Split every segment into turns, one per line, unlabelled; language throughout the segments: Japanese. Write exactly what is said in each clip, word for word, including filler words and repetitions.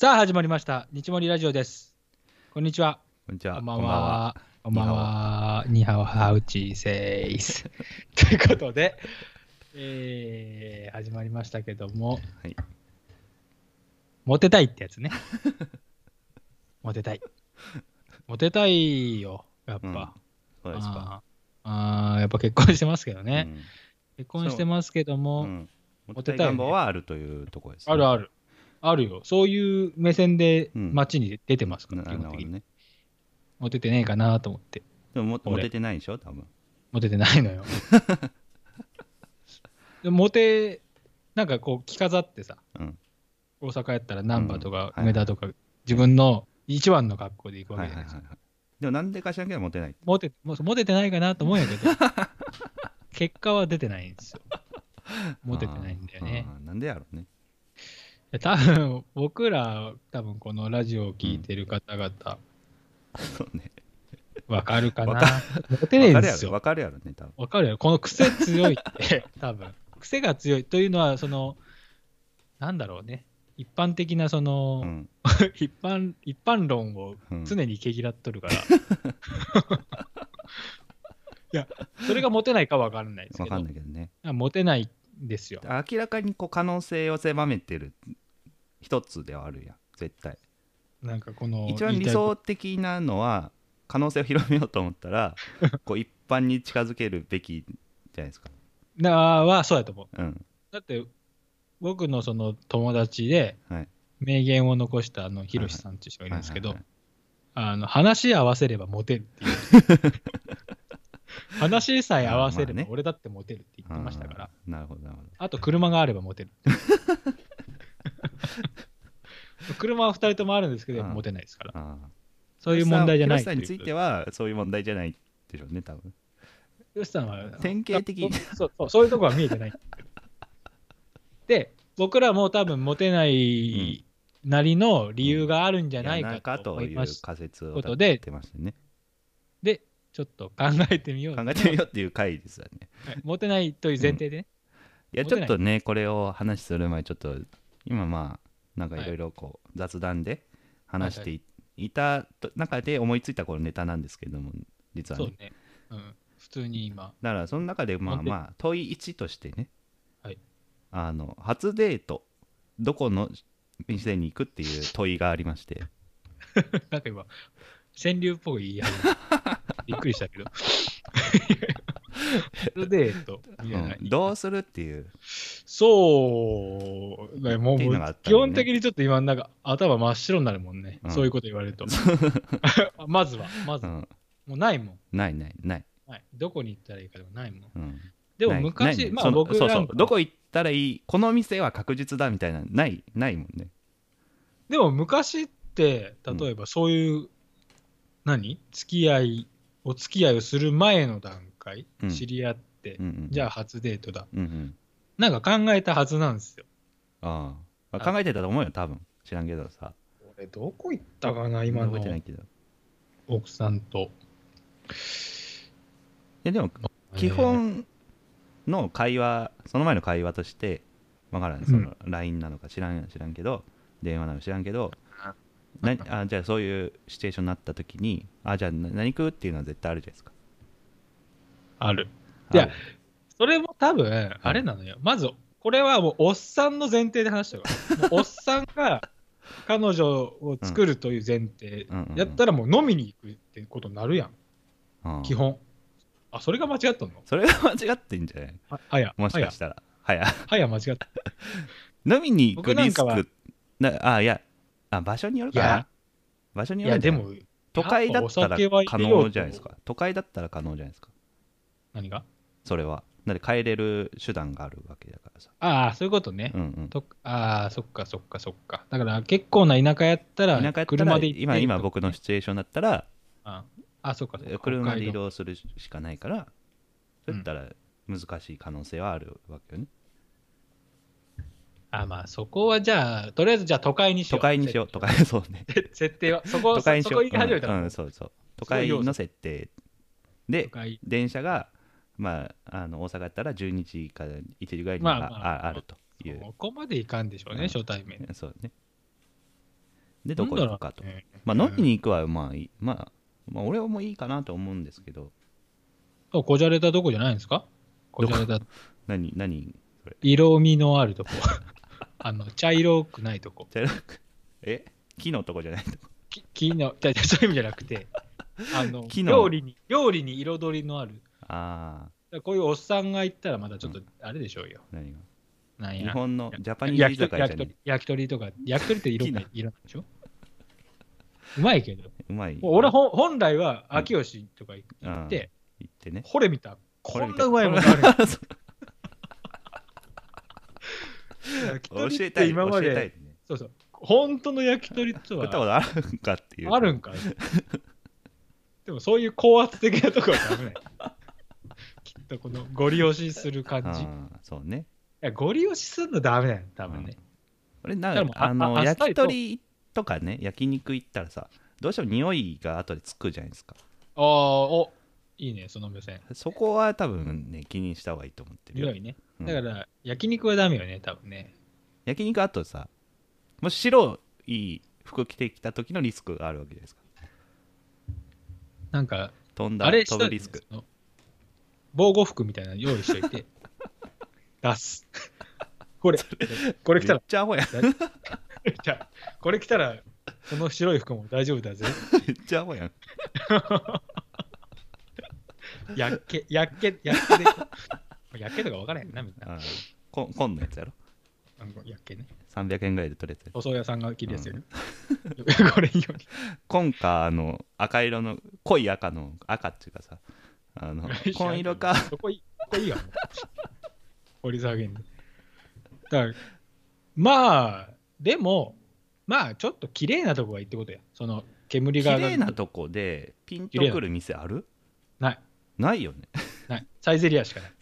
さあ始まりました日盛りラジオです。こんにちは。
こんにちは。
こんばんは。こんばんは。ニハオハウチセイスということで、えー、始まりましたけども、
はい、
モテたいってやつね。モテたい。モテたいよ、やっ
うん、
ぱ。
そうですか。
ああ、やっぱ結婚してますけどね。
うん、
結婚してますけども、
うん、モ
モ
テたい願望
テたいよね。
はあるというところですね。
あるある。あるよ。そういう目線で
うん、
街に出てますから、
な、
基本的に。
なるほどね。
モテてねえかなと思って。
でももモ
俺、
テてないでしょ、多分。
モテてないのよ。でモテ、なんかこう着飾ってさ、
うん、
大阪やったら
うん、
難波とか
はいはい。
梅田とか、自分の一番の格好で行くわ
はい
けじゃないですか。
はいはいはい。でもなんでか知らんけどモテないって。
モテ、もうモテてないかなと思うんやけど、結果は出てないんですよ。モテてない
あ
んだよ
ー
ね。
あー、なんでやろうね。
多分僕ら、多分このラジオを
うん、
聞いてる方々、
そうね。
わかるか
わか、
な。モテね
わかるやろ、
えんですよ。
わかるやろね、多分。
わかるよ。この癖強いって、多分。癖が強いというのは、その、なんだろうね。一般的な、その、
うん、
一般、一般論を
うん。
常に毛嫌っとるから。いや、それがモテないかは分からないです
わかん
けど、
ないけどね。
モテないんですよ。
明らかにこう可能性を狭めてる一つではあるやん、絶対。
なんかこの
一番理
言いたいこ
想的なのは可能性を広めようと思ったらこう一般に近づけるべきじゃないですか。
とはそうやと思う。
うん。
だって僕のその友達で
はい
名言を残したあのヒ
はいはい
ロシさんっていう人がいるんですけど、
はいはいはい。
あの話合わせればモテるっていう、話さえ合
ああ
わせれば
まあね。
俺だってモテるって言ってましたか
あ
ら、
あなるほどなるほど。
あと車があればモテる。車はふたりともあるんですけど、やっぱ
あ
モテないですから。
あああ
そういう
ヒロシさん
問題じゃない
ヒロシさんに
ということです。
ついてはそういう問題じゃないでしょうね、多分。
ヒロシさんは、
典型的。
そうそうそういうところは見えてない。で、僕らも多分モテな
うん、
いなりの理由
うん、
があるんじゃ
いや
ないか
中
と思
という
います
仮説を立
ことで、
てましたね。
で、ちょっと考えてみよう
考え
っていうのは、
てみようっていう回ですよね。
はい、モテないという
うん。
前提でね、
いや
モテない。
ちょっとねこれを話する前ちょっと今まあなんかい
はい。
ろいろこう雑談で
はいはい。
話していいた中で思いついたこのネタなんですけども、実はね。
そうね。うん。普通に今、
だからその中でまあ
モテ、
まあ問いいちとしてね、
はい。
あの初デートどこの店に行くっていう問いがありまして。
なんか今、川柳っぽく言い始めた。びっくりしたけど。初デートみ
うん、
たいな。
どうするっていう
そう、ね、もう、もう
っていうのがあった
基本
んでね。
的にちょっと今なんか頭真っ白になるもんね。
うん、
そういうこと言われると。まずは、まずは。
うん、
もうないもん。
ないないない、
はい。どこに行ったらいいかでもないもん。
うん、
でも
ないないな
昔、まあ
いその
僕
そうそ
なんかは、
うどこ行ったらいいこの店は確実だみたいなないないもんね。
でも昔って、
うん、
例えばそういう、何付き合い、お付き合いをする前の段階、
うん、
知り合って、
うんうん
じゃあ初デートだ。
うんうんうん。
なんか考えたはずなんですよ。
ああ
多分。
考えてたと思うよ、多分。知らんけどさ。
俺、どこ行ったかな、今の
覚えてないけど。い
奥さんと。
やでも基
え
本の会話、その前の会話としてわからん、
ー、うん。
その ライン なのか知らん知らんけど、電話なのか知らんけど、なあじゃあそういうシチュエーションになった時に、あじゃあ何食うっていうのは絶対あるじゃないですか。
ある。いや、
ある。
それも多分、
うん。
あれなのよ。まず、これはもう、おっさんの前提で話したから。もう、おっさんが彼女を
うん
作るという前提
うんうん
やったら、もう飲みに行くってことになるやん。
うん。
基本。あ、それが間違っとんの？
それが間違ってんじゃない？
は、はや、はや、
もしかしたら。はや。
はや間違った。
飲みに行く
僕なんかは、
リスク、なあ、いや、あ、場所による
いや、
かな。場所に
いや、
よるんじゃない？
でも、
都会
やっぱお
だったら
酒は入
可
れようと。
能じゃないですか。都会だったら可能じゃないですか。
何が？
それは。だって帰れる手段があるわけだからさ。
ああ、そういうことね。
うん
と、ああ、そっかそっかそっか。だから結構な田舎やった
うん。
ら
田舎やったら、
車で行っていい
今、今僕の
とかね。
シチュエーションだったら、
ああ、そっかそっか。北
車で移
海道。
動するしかないから、
うん。
そうやったら難しい可能性はあるわけよね。
あ、まあそこはじゃあ、とりあえずじゃあ都会にし
都
よう。
会にしよう、都
設定は。
会、そうね。
設定は。そこ、そ、
都会にしよう。
そこ言い
うん、うん、
始めたらもう、
そうそう。都会の
すごい要素。
設定で、
都会。
電車が、まあ、あの大阪だったらじゅうにじからいちじぐらいに
まあ
あああ
まあまあ、
るという。
そこまでいかんでしょうね、
うん、
初対面。
そうね。 でどこ行くかと、まあ飲みに行くはまあいい、まあ、まあ俺はもういいかなと思うんですけど。
あ、こじゃれたとこじゃないんですか？こじゃれた。
何何それ。
色味のあるとこ。あの茶色くないとこ。
茶色くえ木のとこじゃないとこ。
き木のじゃそういう意味じゃなくて、あの
木の
料理に料理に彩りのある。
あ
あ。こういうおっさんが行ったらまだちょっとあれでしょうよ。
うん、何が
なんや
日本のジャパニーズ居酒屋じゃね
焼き鳥とか、焼き鳥って色が色なんでしょ？うまいけど。
うまい。
俺は本来は秋吉とか行って、
行ってね。
これ見た。こんなうまいものある。焼き鳥って今まで、そうそう、本当の焼き鳥とは。
食ったことあるんかっていう。
あるんか。でもそういう高圧的なところはダメない。きっとこのゴリ押しする感じ。
そうね。
いや、ゴリ押しするのダメだよ、多分ね。
俺なんかあの焼き鳥とかね、焼肉行ったらさ、どうしても匂いが後でつくじゃないですか。
ああ、おいいね、その目線。
そこは多分ね、気にした方がいいと思ってるよ。
匂いね。だから、焼肉はダメよね、多分ね。
焼肉あとさ、もし白い服着てきた時のリスクがあるわけじゃないですか。
なんか、
飛んだ、
あれ
飛ぶリスク。
防護服みたいなの用意しといて、出す。これ、これ着たら。
めっちゃアホやん。
じゃあ、これ着たら、この白い服も大丈夫だぜ。
めっちゃアホやん。
やっけ、やっけ、やっけで。やっけとか分からへんな、みんな。
こ紺のやつやろ。
やっけね。
さんびゃくえんぐらいで取れてる。
塗装屋さんが着るやつよね。これいいよね。
紺か、あの、赤色の、濃い赤の、赤っていうかさ、あの、紺色か。
そこいい、ここいいやん。掘り下げんで。だから、まあ、でも、まあ、ちょっと綺麗なとこがいいってことや。その、煙が。
綺麗なとこで、ピンとくる店ある？
ない。
ないよね。
ない。サイゼリアしかない。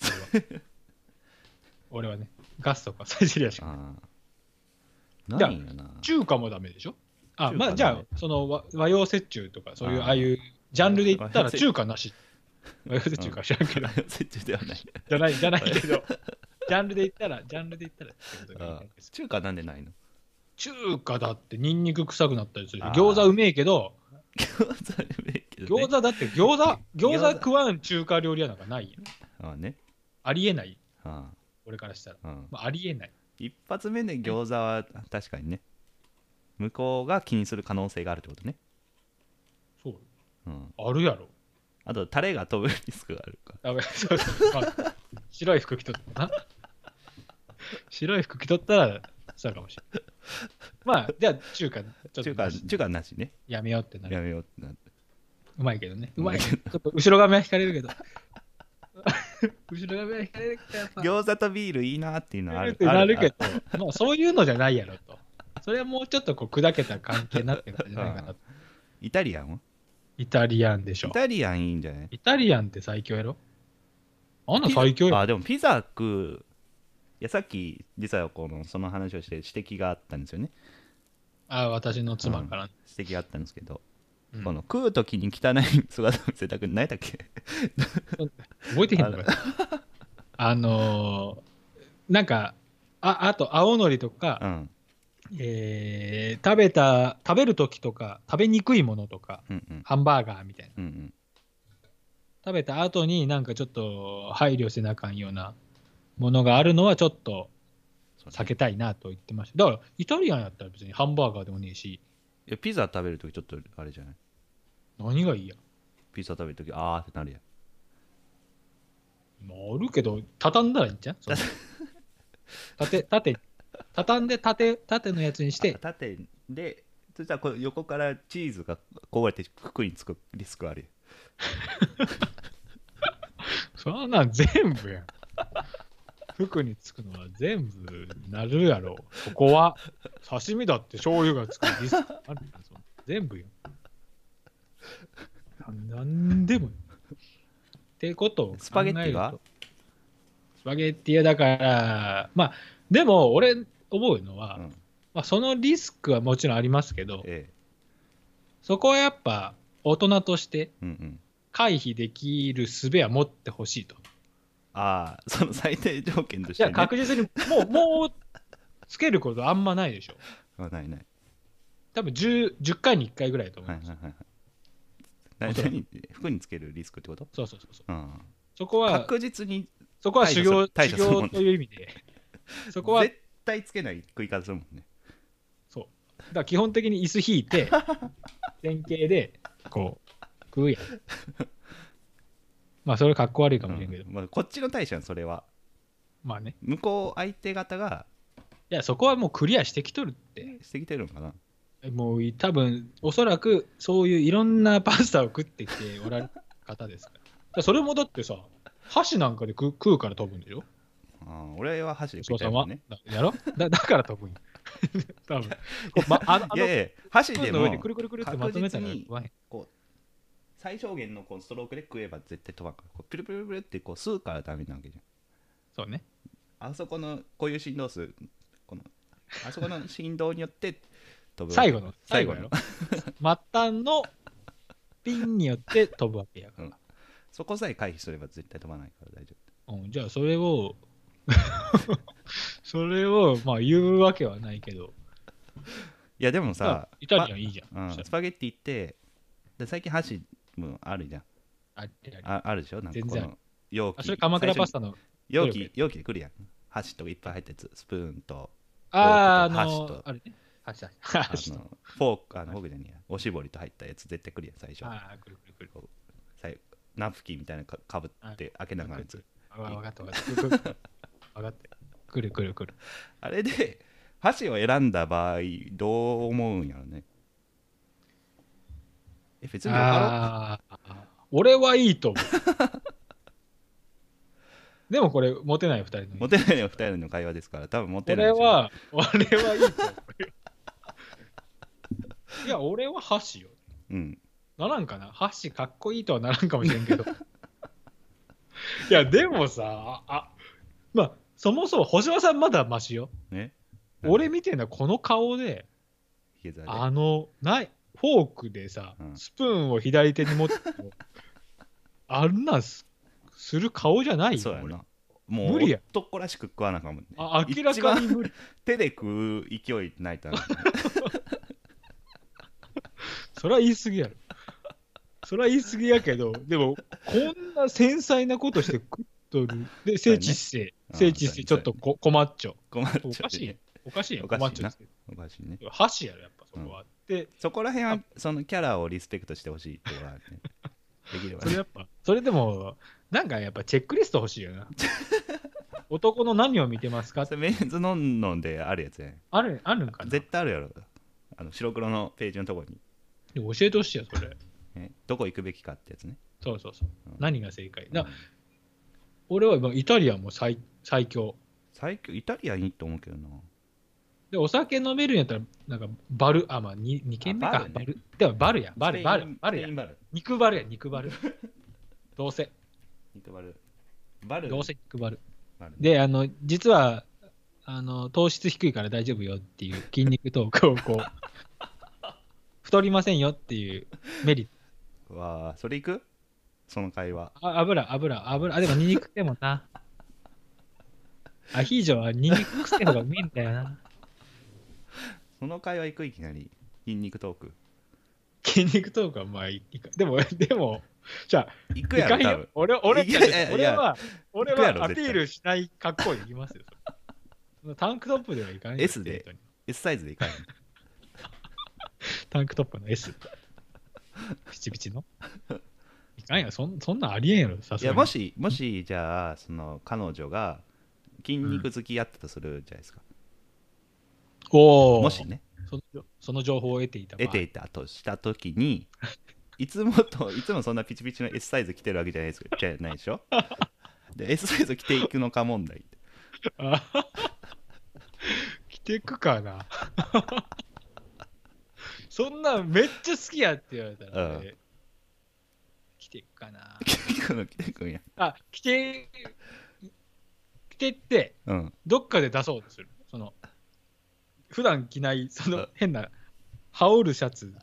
俺はね、ガスとかサイゼリアしかない。ないよな。中華もダメでしょ？あ、まあ、じゃあ、その和、和洋折衷とか、そういう、ああいうジャンルで言ったら中華なし。和洋折衷か知らんけど。和洋
折衷ではない。
じゃない、じゃないけど、ジャンルで言ったら、ジャンルで言ったらってことがいいです。
中華なんでないの？
中華だってニンニク臭くなったりする。餃子うめえけど、
餃子うめえけど、
餃子だって餃子、餃子食わん中華料理屋なんかないやん。
ああね。
ありえない。
ああ
俺からしたら。
ああ
まあ、ありえない。
一発目で餃子は確かにね、向こうが気にする可能性があるってことね。
そう。
うん、
あるやろ。
あと、タレが飛ぶリスクがあるか。
ダメ。そうそう、まあ、白い服着とったな。白い服着とったら、そうかもしれない。まあ、じゃあ中華、ちょっと
中華、中華なしね。
やめようってなる。
やめようってなる。
うまいけどね。うまいけど。ちょっと後ろ髪は引かれるけど。後ろ髪は引かれるけど、やっぱ。
餃子とビールいいなっていうのはある。
ってなるけど、まあそういうのじゃないやろと。それはもうちょっとこう砕けた関係になってるんじゃないかなと。
イタリアンは？
イタリアンでしょ。
イタリアンいいんじゃない？
イタリアンって最強やろ？あんな最強やろ。
あ、でもピザ食う。いや、さっき実はこのその話をして指摘があったんですよね。
あ、私の妻から、
うん、指摘があったんですけど、
うん、
この食うときに汚い姿を見せたくないだっけ？
覚えてへんのかあのー、なんか、あ, あと青のりとか、うん、えー、食べた食べるときとか食べにくいものとか、うんうん、ハンバーガーみたいな、うんうん、食べた後になんかちょっと配慮せなあかんようなものがあるのはちょっと避けたいなと言ってました。だからイタリアンやったら別にハンバーガーでもねえし。
いや、ピザ食べるときちょっとあれじゃない？
何がいいや？
ピザ食べるときあーってなるやん。
なるけど畳んだらいいんじゃん。縦縦畳んで縦縦のやつにして
縦で、そしたらこの横からチーズがこぼれて服につくリスクある
やん。そんなん全部やん。服につくのは全部なるやろ。ここは刺身だって醤油がつくリスクあるやん。全部やん。な, なんでもってことを考えると
スパゲッティは
スパゲッティはだからまあでも俺思うのは、うん、まあ、そのリスクはもちろんありますけど、ええ、そこはやっぱ大人として回避できる術は持ってほしいと。
ああ、その最低条件として、ね、
いや確実にもうもうつけることあんまないでしょ。
ないない。
多分 10, 10回にいっかいぐらいだと思
はい
います。
はいはいはい。何服につけるリスクってこと？
そうそうそうそう、
うん、
そこは
確実に
そこは修行
対処するもんね。
修行という意味でそこは
絶対つけない食い方するもんね。
そうだから基本的に椅子引いて前傾でこう食うやん。まあそれかっこ悪いかもしれんけど、
うんまあ、こっちの対処はそれは
まあね、
向こう相手方が
いやそこはもうクリアしてきとるって
してきてるのかな。
もう多分おそらくそういういろんなパスタを食ってきておられる方ですから。だからそれもだってさ箸なんかで食う食うから飛ぶんでしょ。
あ俺は箸で食いたいもんね。
やろ だ, だから飛ぶん多分まあの
いやいや箸でも
くるくるくるってまとめたら
確実にこう最小限のこうストロークで食えば絶対飛ばんから、こうピルピルピルってこう吸うからダメなわけじゃん。
そうね。
あそこのこういう振動数、このあそこの振動によって飛ぶ。
最後の最後やろ末端のピンによって飛ぶわけやから、うん、
そこさえ回避すれば絶対飛ばないから大丈
夫、うん、じゃあそれをそれをまあ言うわけはないけど、
いやでもさ
イタリアンいいじゃん、
うん、スパゲッティってで最近箸もあるじゃん。
あ
ああるでしょ。なんかこの容器、
それ鎌倉パスタの
容器容器で来るやん。箸とかいっぱい入ったやつ、スプーンと
あ
フォークと箸と
あるね、箸
あのフォークあのフォークじゃねえや、おしぼりと入ったやつ絶対来るやん最初。
ああくるくるくる。
ナプキンみたいなかぶって開けながらやつ。
分かった分かった分かってくるくるくる。
あれで箸を選んだ場合どう思うんやろね。え別によかろ。
俺はいいと思うでもこれモテないふたりの
モテないふたりの会話ですから多分モテない。
俺は俺はいいと思ういや俺は箸よ。うんならんかな。箸かっこいいとはならんかもしれんけどいやでもさあまあそもそも星野さんまだマシよ、ね、俺みてえなこの顔であのないフォークでさ、うん、スプーンを左手に持ってあんな す, する顔じゃないよ。
そうやな。もう無理や。男らしく食わなかもね。
あ明らかに無理。
手で食う勢いないと
それは言い過ぎやろ。それは言い過ぎやけど、でもこんな繊細なことして食っとる。で聖地姿勢、聖地姿勢ちょっとこ困っちゃう。
困っちゃう。
おかしい。おかしいやん。
おかしいな。
困っちゃう。
おかしいね。
箸やろやっぱそこは。うん、で
そこら辺はそのキャラをリスペクトしてほしいってことはね。できればね。
それやっぱそれでもなんかやっぱチェックリスト欲しいよな。男の何を見てますかって。
メンズノンノンであるやつね。
あるあるんかな。
絶対あるやろ。あの白黒のページのところに。
で教えてほしいよそれ。
えどこ行くべきかってやつね。
そうそうそう。うん、何が正解だ、うん、俺はイタリアンも 最, 最強。
最強イタリアンいいと思うけどな。
でお酒飲めるんやったらなんかバルあまあ 2, 2軒目か。バル、ね、バルではバルやバルバルバルや肉バルや肉バルどうせ
肉バルバル
どうせ肉バルであの実はあの糖質低いから大丈夫よっていう筋肉トークをこう太りませんよっていうメリッ
ト。わあそれいくその会話。
あ油油油あでもニンニクでもなアヒージョはニンニク癖の方がうめえんだよな。
その会話いくいきなり筋肉トーク。
筋肉トークはまあいいか。でもでもじゃあ
行くやろ多分。
俺俺俺は俺はアピールしない格好で行きますよ。タンクトップではいかない。
S で S サイズでいかない。
タンクトップの S ピチピチのいかんや。そんそんなんありえんやろ。さすがに。
いやもしもしじゃあその彼女が筋肉好きやったとするじゃないですか。
うん、おお。
もしね。
そのその情報を得ていた
得ていたとしたときにいつもといつもそんなピチピチの S サイズ着てるわけじゃないですじゃないでしょ。で S サイズ着ていくのか問題。
着ていくかな。そんなめっちゃ好きやって言われたら、ね、うん、着ていくかな。
着ていくの着ていくんや。
あ着て着てって、うん、どっかで出そうとする。その普段着ないその変な羽織るシャツ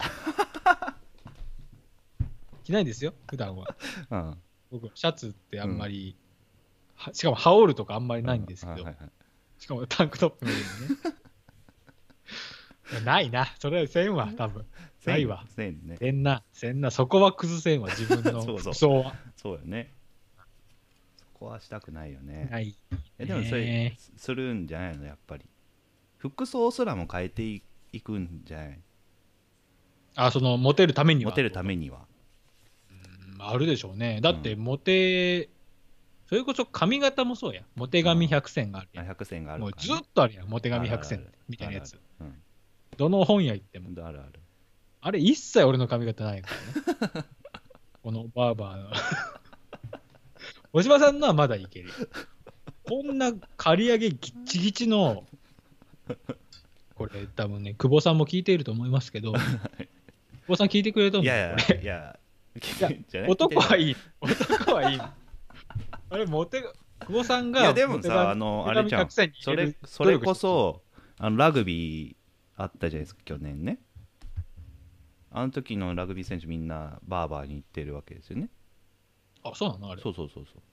着ないですよ普段は、うん、僕シャツってあんまり、うん、しかも羽織るとかあんまりないんですけど、うんはいはい、しかもタンクトップの上にねないな。それはせんわ、多分。ないわ。
せんね。
せんな、せんな。そこは崩せんわ、自分の服装は。
そうよね。そこはしたくないよね。
ない。
えでもそれするんじゃないのやっぱり。服装すらも変えていくんじゃない？
あ、そのモテるためには。
モテるためには。
うん、あるでしょうね。だってモテ、うん、それこそ髪型もそうや。モテ髪百選があるやん。
百選がある、
ね、もうずっとあるやん。モテ髪百選みたいなやつ。うん、どの本屋行っても。
あるある。
あれ一切俺の髪型ないからね。このバーバーの。小島さんのはまだいける。こんな刈り上げぎっちぎちの、これ多分ね、久保さんも聞いていると思いますけど、久保さん聞いてくれたんだよ、これ。いやいや、男はいい。男はいい。あれ、モテ、久保さんが、い
やでもさ、あの、あれじゃん、それ、それこそ、あのラグビーあったじゃないですか、去年ね。あの時のラグビー選手みんなバーバーに行ってるわけですよね。
あ、そうなのあれ。
そうそうそうそう。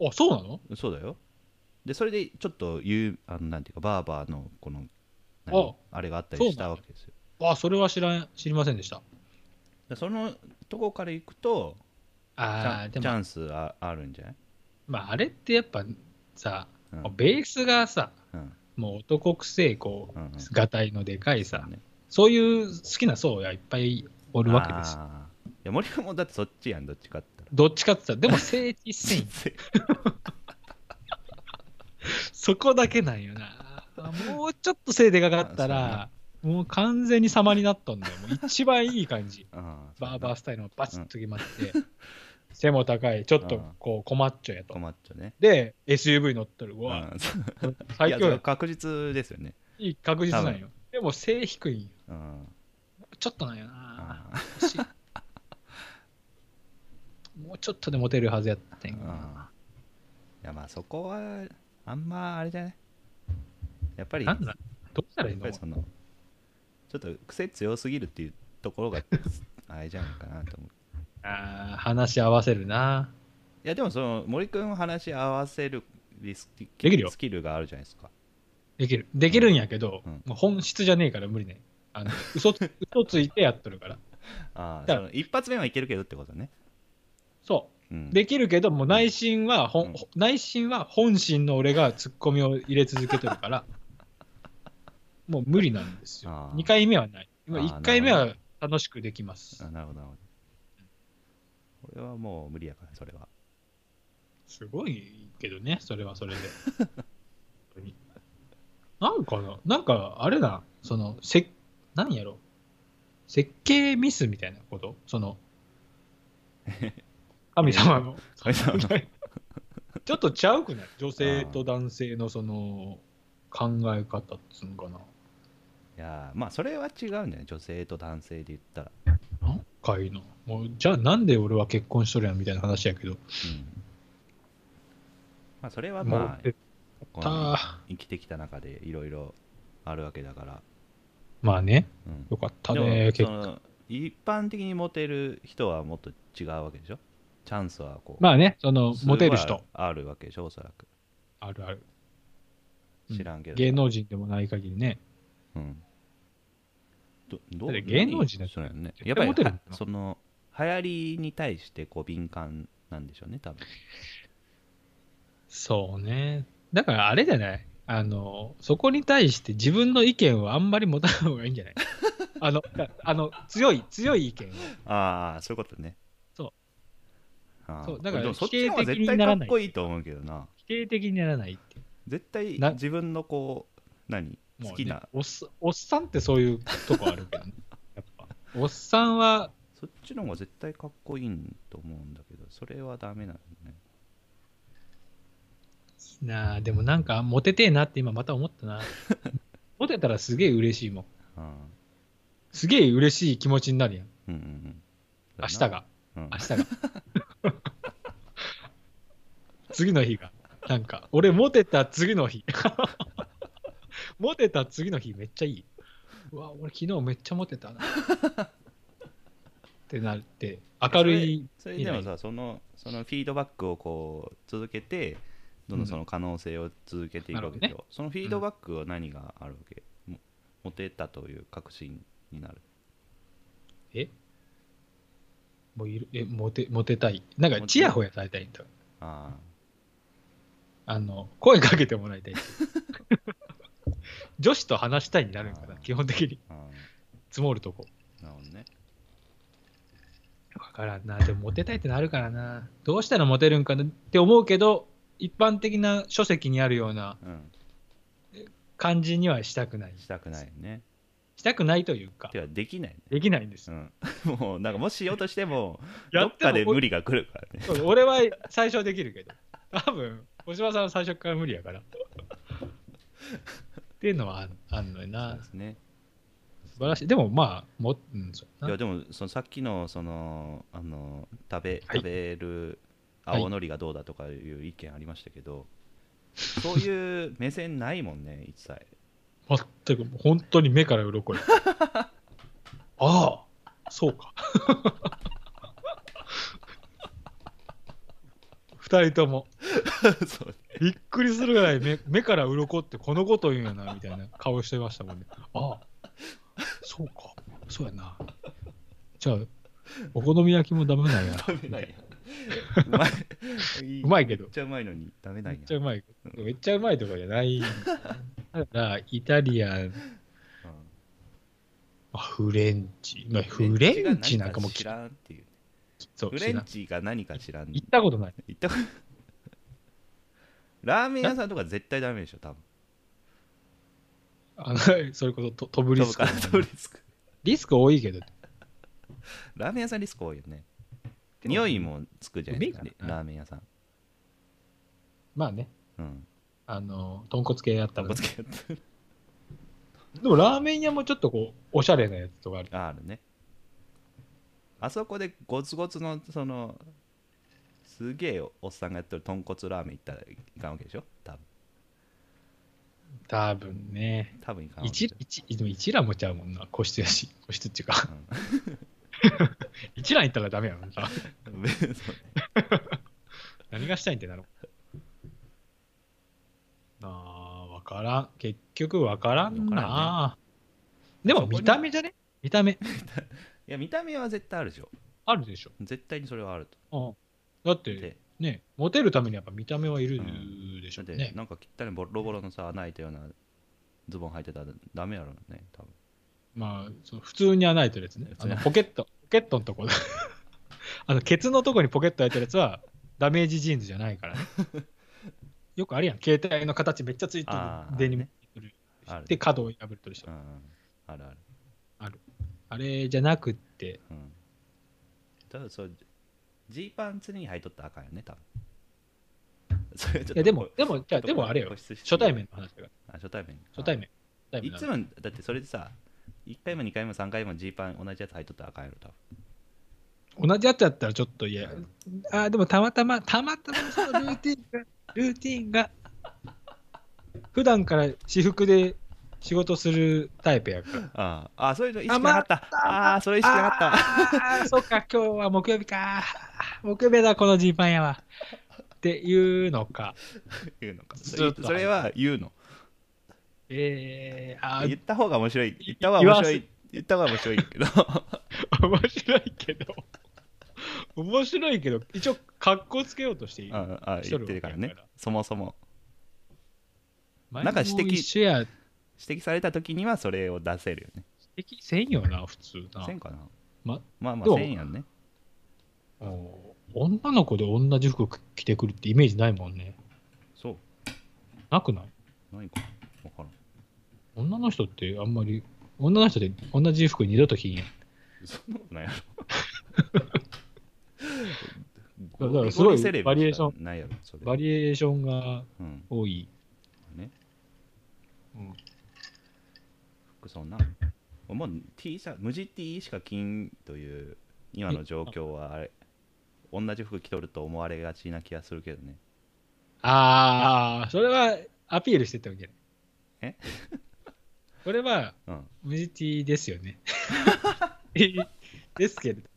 あ、そうなの？
そうだよ。で、それでちょっと言う、あの、なんていうか、バーバーのこの、あ, あれがあったりしたわけですよ。
あ、それは知らん、知りませんでした。
そのとこから行くと、
あ
チャンス あ, あるんじゃない？
まあ、あれってやっぱさ、うん、ベースがさ、うん、もう男くせえ、こう、うんうん、がたいのでかいさ、そうね、そういう好きな層がいっぱいおるわけですよ。
いや、森君もだってそっちやん、どっちかって言ったら。
どっちかって言ったら、でも聖地繊維。そこだけなんよな。もうちょっと背でかかったら、もう完全に様になっとんだよ。もう一番いい感じ。バーバースタイルのバチッと決まって、うん、背も高い、ちょっとこう、コマッチョやと。
コマッチョね。
で、エスユーブイ 乗っとる。うわ、
最強や。確実ですよね。
いい、確実なんよ。でも背低いんよ。うん、ちょっとなんよな。もうちょっとでモテるはずやったんやな。
いや、まあそこは、あんまあれじゃない。やっぱり、
なんだどうしたらいいの？
やっぱりそのちょっと癖強すぎるっていうところがあれじゃないかなと思う。
ああ、話し合わせるな。
いやでもその森くんを話し合わせるリスキ
できるよ
スキルがあるじゃないですか。
できる。できるんやけど、うん、もう本質じゃねえから無理ね。あの嘘つ嘘ついてやっとるから。
ああ、その一発目はいけるけどってことね。
そう。うん、できるけど、もう内心は、うん、内心は本心の俺がツッコミを入れ続けてるから、もう無理なんですよ。にかいめはない。今いっかいめは楽しくできます。
あ、なるほど、なるほど。これはもう無理やから、それは。
すごいけどね、それはそれで。なんかな、なんかあれだ、その、せ何やろ、設計ミスみたいなこと、その、神様の。神様のちょっとちゃうくない？女性と男性のその考え方っつうのかな。
いやまあそれは違うんじゃない？女性と男性で言ったら。
なんかいいの？もうじゃあなんで俺は結婚しとるやんみたいな話やけど。うん、
まあそれはまあ生きてきた中でいろいろあるわけだから。
まあね。うん、よかったね。
結構一般的にモテる人はもっと違うわけでしょ？チャンスはこう。
まあね、そのモテる人。
あるわけでしょ、おそらく。
あるある。
知らんけど、
うん。芸能人でもない限りね。うん。
どど
う芸能人だ
ったらね。やっぱりその流行りに対してこう敏感なんでしょうね、多分。
そうね。だからあれじゃない？あの、そこに対して自分の意見をあんまり持たない方がいいんじゃないあの、あの、強い、強い意見を。
ああ、そういうことね。
そう。
あそうだから否定的にならない。かっこいいと思うけどな。
否定的にならないって。
絶対自分のこう、何好きな、ね、
おっ。おっさんってそういうとこあるけどね。やっぱ。おっさんは。
そっちの方が絶対かっこいいと思うんだけど、それはダメなのね。
なあ、でもなんかモテてえなって今また思ったな。モテたらすげえ嬉しいもん。うん、すげえ嬉しい気持ちになるやん。うんうんうん、明日が、うん、明日が。次の日が。なんか、俺モテた次の日。モテた次の日めっちゃいい。うわ、俺昨日めっちゃモテたな。ってなって、明るい。
それ、それでもさ、その、そのフィードバックをこう続けて、どんどんその可能性を続けていくわけでしょ、うんね、そのフィードバックは何があるわけ、うん、 モテたという確信になる。
えもういるえモテモテたい。なんかチヤホヤされたいんだ。ああ。あの声かけてもらいたい。女子と話したいになるんかな、基本的に。積もるとこ。
なるほどね。
だからんな、でもモテたいってなるからな。どうしたらモテるんかなって思うけど、一般的な書籍にあるような感じにはしたくない。
したくないね。
したくないというか。
てかできないね。
できないんです。
うん、もうなんかもししようとしても、どっかで無理が来るからね。
そう俺は最初はできるけど、多分、小島さんは最初から無理やから。っていうのはあるのよな。そうですね。素晴らしい。でもまあ、もうん、そう
いやでもそのさっきのそのあの食べ、食べる青のりがどうだとかいう意見ありましたけど、はい、そういう目線ないもんね、一切。
全く、本当に目から鱗よ。ああ、そうか。二人ともそう、びっくりするぐらい 目, 目から鱗ってこのこと言うんやなみたいな顔してましたもんね。ああ、そうか、そうやな。じゃあお好み焼きもダメなんや。ダメなんや。うまい。うまいけど。
めっちゃうまいのにダメなんや。
めっちゃうまい。めっちゃうまいとかじゃない。だからイタリアン、うん、あフレンチ、まあ、フレンチなんかも
知らんっていう。
そう
フレンチが何か知らん。
行ったことない。
行ったことラーメン屋さんとか絶対ダメでしょ、多分。
あのそれこそと飛ぶリスク。
飛ぶリスク。
リスク多いけど。
ラーメン屋さんリスク多いよね。匂いもつくじゃないですか、ラーメン屋さん。
まあね。
うん。
あの、豚骨系やったら、ね。
豚骨系やったら。
でもラーメン屋もちょっとこう、おしゃれなやつとかある。
あるね。あそこでゴツゴツの、その、すげえおっさんがやってる豚骨ラーメン行ったらいかんわけでしょ多分。
多分ね。
多分いかんわけ
一一でも一蘭もちゃうもんな。個室やし。個室っていうか。うん、一蘭行ったらダメやもんな。何がしたいんってなる。ああ、わからん。結局わからんな。ね、でも見た目じゃね見た目。い
や、見た目は絶対あるでしょ。
あるでしょ。
絶対にそれはあると。
うんだってね、モテるためにやっぱ見た目はいるでしょうね。
うん、なんか汚いボロボロのさ、穴開いたようなズボン履いてたらダメやろね、多分。
まあ、その普通に穴開いてるやつね。あのポケット、ポケットのところ。あの、ケツのとこにポケット開いてるやつはダメージジーンズじゃないからね。よくあるやん。携帯の形めっちゃついてる。デニムで角を破るとる人。
あるある。
ある。あれじゃなくって。
うん。ただそう。ジーパン常に履いとったらあかんよね、多分。
それちょっといやでも、でも、じゃでもあれよ。初対面の話だから。
あ、初対面。
初対面。
いつも、だってそれでさ、いっかいもにかいもさんかいもジーパン同じやつ履いとったらあかんやろ、多
分。同じやつやったらちょっと嫌。あ、でもたまたま、たまたまそのルーティンが、ルーティンが、普段から私服で仕事するタイプやから。
ああ、そういうの意識なかった。ああ、それ意識なかった。
ああ、そっか、今日は木曜日か。木曜日だ、このジーパンやわ。っていうのか。
言うのか。それは言うの。
えー、あ
言った方が面白い。言った方が面白い。言った方が面白いけど。
面白いけど。面白いけど、一応、格好つけようとしている。
ああ、言ってるからね。そもそも。
なんか指摘、
指摘された時にはそれを出せるよね。
指摘せんよな、普通な。
せんかな。
ま、
まあまあせんやんね。
女の子で同じ服着てくるってイメージないもんね。
そう。
なくない
ないか。わからん。
女の人ってあんまり、女の人で同じ服二度と着んやん。
そんなことないや
ろ。だからすごいバリエーション、
ないやろ
バリエーションが多い。
うん、ね。
うん。
服そんな。もう T シャツ、無地 T しか着んという今の状況はあれ、同じ服着とると思われがちな気がするけどね。
ああ、それはアピールしてたわけね。
え
これは、うん、無地 T ですよね。ですけれども。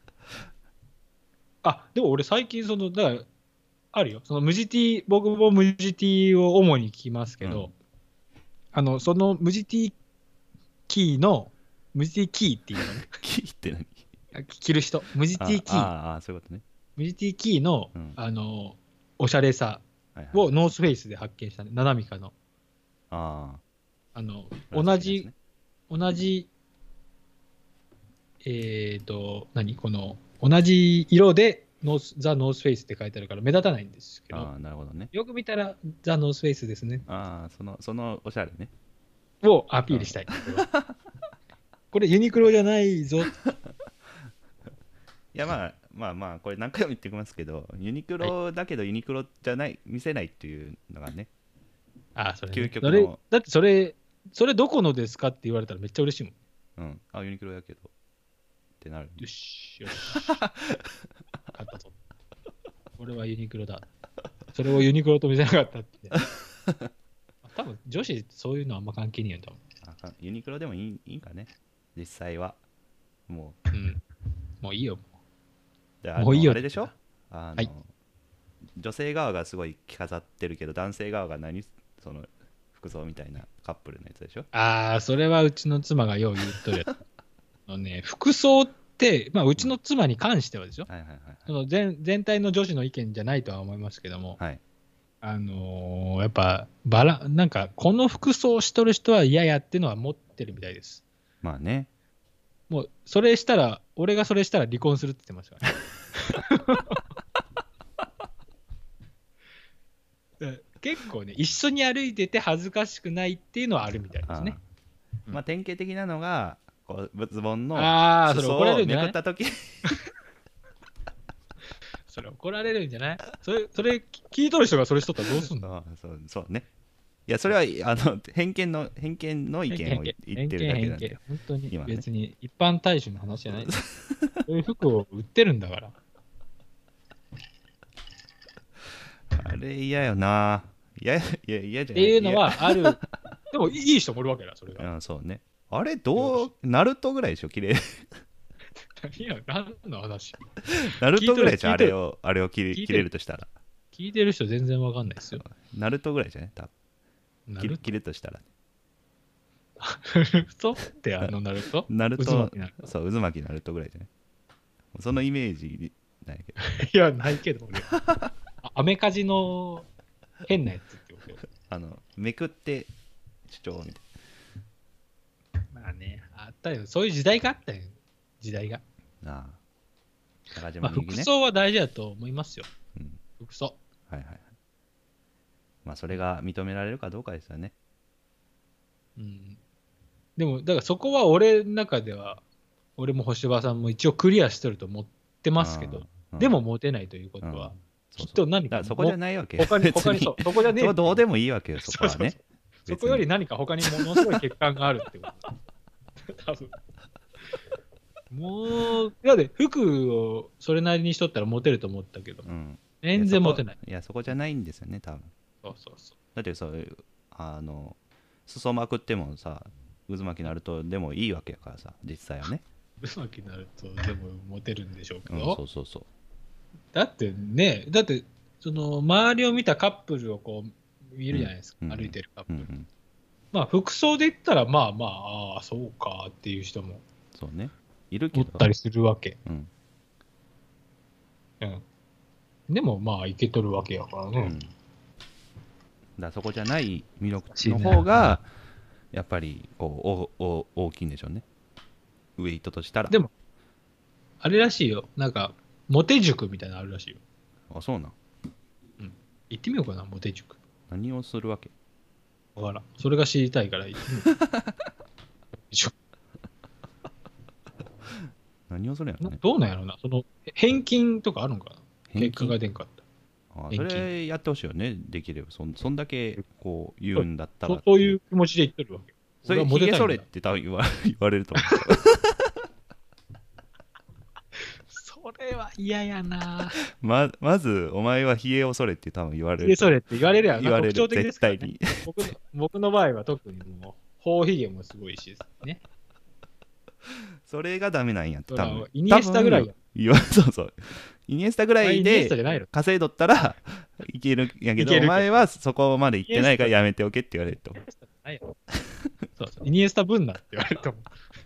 あ、でも俺最近その、だから、あるよ。その無地 T、僕も無地 T を主に着ますけど、うん、あの、その無地 T キーの、ムジティキーっていうのね。
キーって何？
着る人。ムジティキー。
ああ、そういうことね。
ムジティキーの、うん、あの、おしゃれさをノースフェイスで発見したね。ナナミカの。
ああ。
あの、同じ、ね、同じ、えっ、ー、と、何この、同じ色でノース、ザ・ノースフェイスって書いてあるから目立たないんですけど。
ああ、なるほどね。
よく見たら、ザ・ノースフェイスですね。
ああ、その、そのおしゃれね。
をアピールしたい。これユニクロじゃないぞ。
いやまあまあまあこれ何回も言ってきますけど、ユニクロだけどユニクロじゃない、見せないっていうのがね。
ああ、それ、
ね、究極のそれ。
だってそれ、それどこのですかって言われたらめっちゃ嬉しいもん。
うん。あ、ユニクロやけど。ってなる。
よし、よし。勝ったぞ。これはユニクロだ。それをユニクロと見せなかったって。多分女子そういうのあんま関係ないよ多分。
あ、ユニクロでもいい、いいんかね実際はも
う、うん、もういいよ
でもういいよ。あれでしょ、あの、
はい、
女性側がすごい着飾ってるけど男性側が何その服装みたいなカップルのやつでしょ。
ああ、それはうちの妻がよう言っとるやつのね、服装って、まあ、うちの妻に関してはですよ、はいはいはいはい、その 全, 全体の女子の意見じゃないとは思いますけども、
はい、
あのー、やっぱバラなんかこの服装をしとる人は嫌やっていうのは持ってるみたいです。
まあね。
もうそれしたら俺がそれしたら離婚するって言ってましたからね。結構ね一緒に歩いてて恥ずかしくないっていうのはあるみたいですね。
あ、まあ典型的なのがこうズボンの
裾
をめくった時
それ怒られるんじゃない？それ、それ聞いとる人がそれしとったらどうすんの？
そう、そうね。いや、それはあの偏見の偏見の意見を言ってるだけなんで。
本当に別に一般大衆の話じゃない。そういう服を売ってるんだから。
あれ嫌よな。嫌や嫌じゃない。
っていうのはある。でもいい人もいるわけだ、それが。
うん、そうね。あれどう、ナルトぐらいでしょ、綺麗。
いや、何の話？
ナルトぐらいじゃん、あれを、あれを切れ切れるとしたら。
聞いてる人全然わかんないですよ。
ナルトぐらいじゃね、多分。切, 切るとしたら。
ナルトってあのナルト？
ナルト、そう、渦巻きナルトぐらいじゃね。そのイメージないけど。
いや、ないけど、俺。アメカジの変なやつってことよ。
あの、めくって主張みたい
な。まあね、あったよ。そういう時代があったよ。時代が。
ああ、ね、
まあ、服装は大事だと思いますよ、うん、服装。
はいはい。まあそれが認められるかどうかですよね。
うん。でもだからそこは俺の中では俺も星葉さんも一応クリアしてると思ってますけど、うん、でもモテないということは、うん、きっと何か、
そうそう、だからそこじゃないわけ。
他に他にそうそこじゃねえ。
どうでもいいわけよ、そこはね。そうそう
そう、そこより何か他にものすごい欠陥があるってこと。多分。もう、だって服をそれなりにしとったらモテると思ったけど、うん、全然モテない。
いや、そこじゃないんですよね、多分。
そうそうそう。
だってそういう、あの、裾まくってもさ、渦巻きになるとでもいいわけやからさ、実際はね。
渦巻きになるとでもモテるんでしょうけど、
うん、そうそうそう。
だってね、だって、その、周りを見たカップルをこう、見るじゃないですか、うん、歩いてるカップル。うんうん、まあ、服装で言ったら、まあまあ、ああ、そうかっていう人も。
そうね。いるけど。
おったりするわけ。
うん。
うん。でもまあ、いけとるわけやからね。うん、だか
らそこじゃない魅力の方が、やっぱりこうおお大きいんでしょうね。ウェイトとしたら。
でも、あれらしいよ。なんか、モテ塾みたいなのあるらしいよ。
あ、そうなん。
うん。行ってみようかな、モテ塾。
何をするわけ？
わからん。それが知りたいから行ってみよう。
何をするんやろね。
どうなんやろな。その、返金とかあるのかな？結果が出んかった。
ああ、それやってほしいよね。できれば。そん、そんだけこう言うんだったら。
そう、そういう気持ちで言ってるわけ。
それ、ひげそれって多分言わ言われると思う。
それは嫌やな。
ま、まず、お前はひげをそれって多分言われる。
ひげそれって言われるやん。
言われる。特徴的ですからね、絶対
に。僕の、僕の場合は特にもう、頬ひげもすごいしですね。
それがダメなんやって多分。
イニエスタぐらいや。
言わそうそう。イニエスタぐらいで稼いどったらいけるんやけど、お前はそこまで行ってないからやめておけって言われると。
そうそう、イニエスタ分なって言われると思う。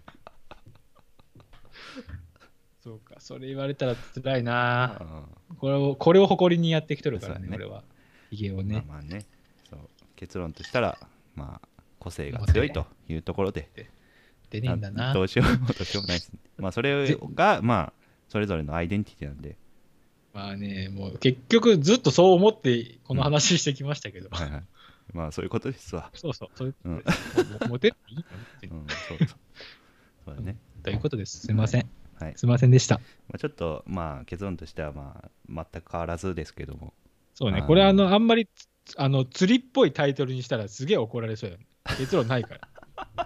そうか、それ言われたら辛いな。これを、これを誇りにやってきとるからね、ね俺は。ヒゲをね。
まあまあね、そう結論としたら、まあ、個性が強いというところで。
出ねえんだな。
どうしようもどうしようもないですね。まあ、それが、まあ、それぞれのアイデンティティなんで。
まあね、もう結局ずっとそう思ってこの話してきましたけど。
うん、はいはい。まあ、そういうことですわ。
そうそう、そういうことです。うん、モテるいいの、
うん、そうそう。そうだね。
ということです。すみません。
はい、
すみませんでした。
まあ、ちょっと、まあ、結論としては、まあ、全く変わらずですけども。
そうね、これあの、あんまりあの釣りっぽいタイトルにしたらすげえ怒られそうやね。結論ないから。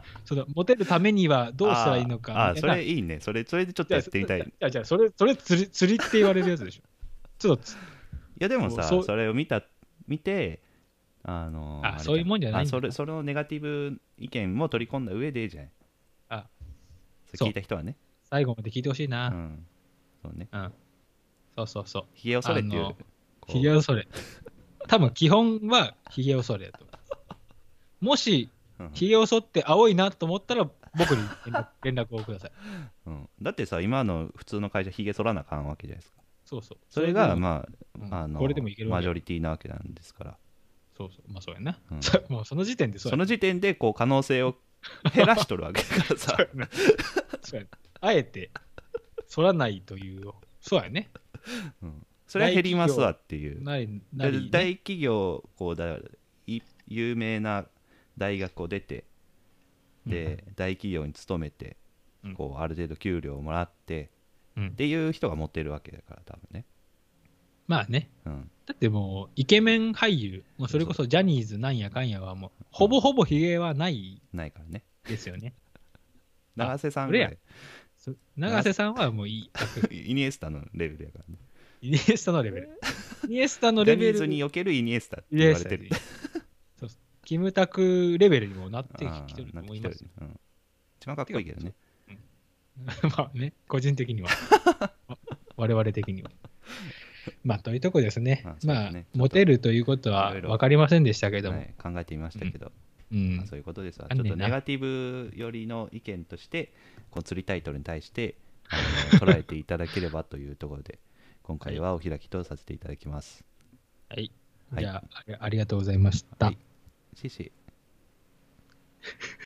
そのモテるためにはどうしたらいいのかみたいな。
ああ、それいいね。それ、それでちょっとやってみたい。
じゃあ、じゃあ、それ、それ釣り、釣りって言われるやつでしょ。ちょっと、い
や、でもさ、それを見た、見て、あの
ー、あ、そういうもんじゃないんだ。
それ、そのネガティブ意見も取り込んだ上でじゃない。
あ、
そ聞いた人はね。
最後まで聞いてほしいな。
うん。そうね。
うん。そうそうそう。
ひげをそれっていう。
ひげをそれ。多分基本はひげをそれやと。もし、ひげを剃って青いなと思ったら、僕に連絡連絡をください、
うん。だってさ、今の普通の会社、ひげ剃らなあかんわけじゃないですか。
そうそう。
それが、まあ、
うん、
あの、
これでもいける
マジョリティなわけなんですから。
そうそう。まあ、そうやな。
うん、
もうその時点で
そうや。その時点で、こう、可能性を減らしとるわけだからさ。
そうやね。あえて、剃らないという、そうやね。
うん、それは減りますわっていう。
なりなり、ね、
大企業こうだ有名な大学を出てで、うん、大企業に勤めて、うん、こうある程度給料をもらって、うん、っていう人が持ってるわけだから多分ね。
まあね、
うん、
だってもうイケメン俳優、もうそれこそジャニーズなんやかんやはもうほぼほぼひげはない
ないからね
ですよね。
永瀬さんぐらい。
永瀬さんはもういい
イニエスタのレベルやからね。
イニエスタのレベル。イニエスタのレベル。
ジャニーズにおけるイニエスタって言われてる。
そうキムタクレベルにもなってきてると思います。
うん、一番かっこいいけどね。
うん、まあね、個人的には。我々的には。まあ、というとこですね。まあ、ね、モテるということは分かりませんでしたけども。
はい、考えてみましたけど、
うん
まあ、そういうことですわ。ちょっとネガティブ寄りの意見として、この釣りタイトルに対してあの捉えていただければというところで、今回はお開きとさせていただきます。
はい。はい、じゃあ、ありがとうございました。はい、
シシ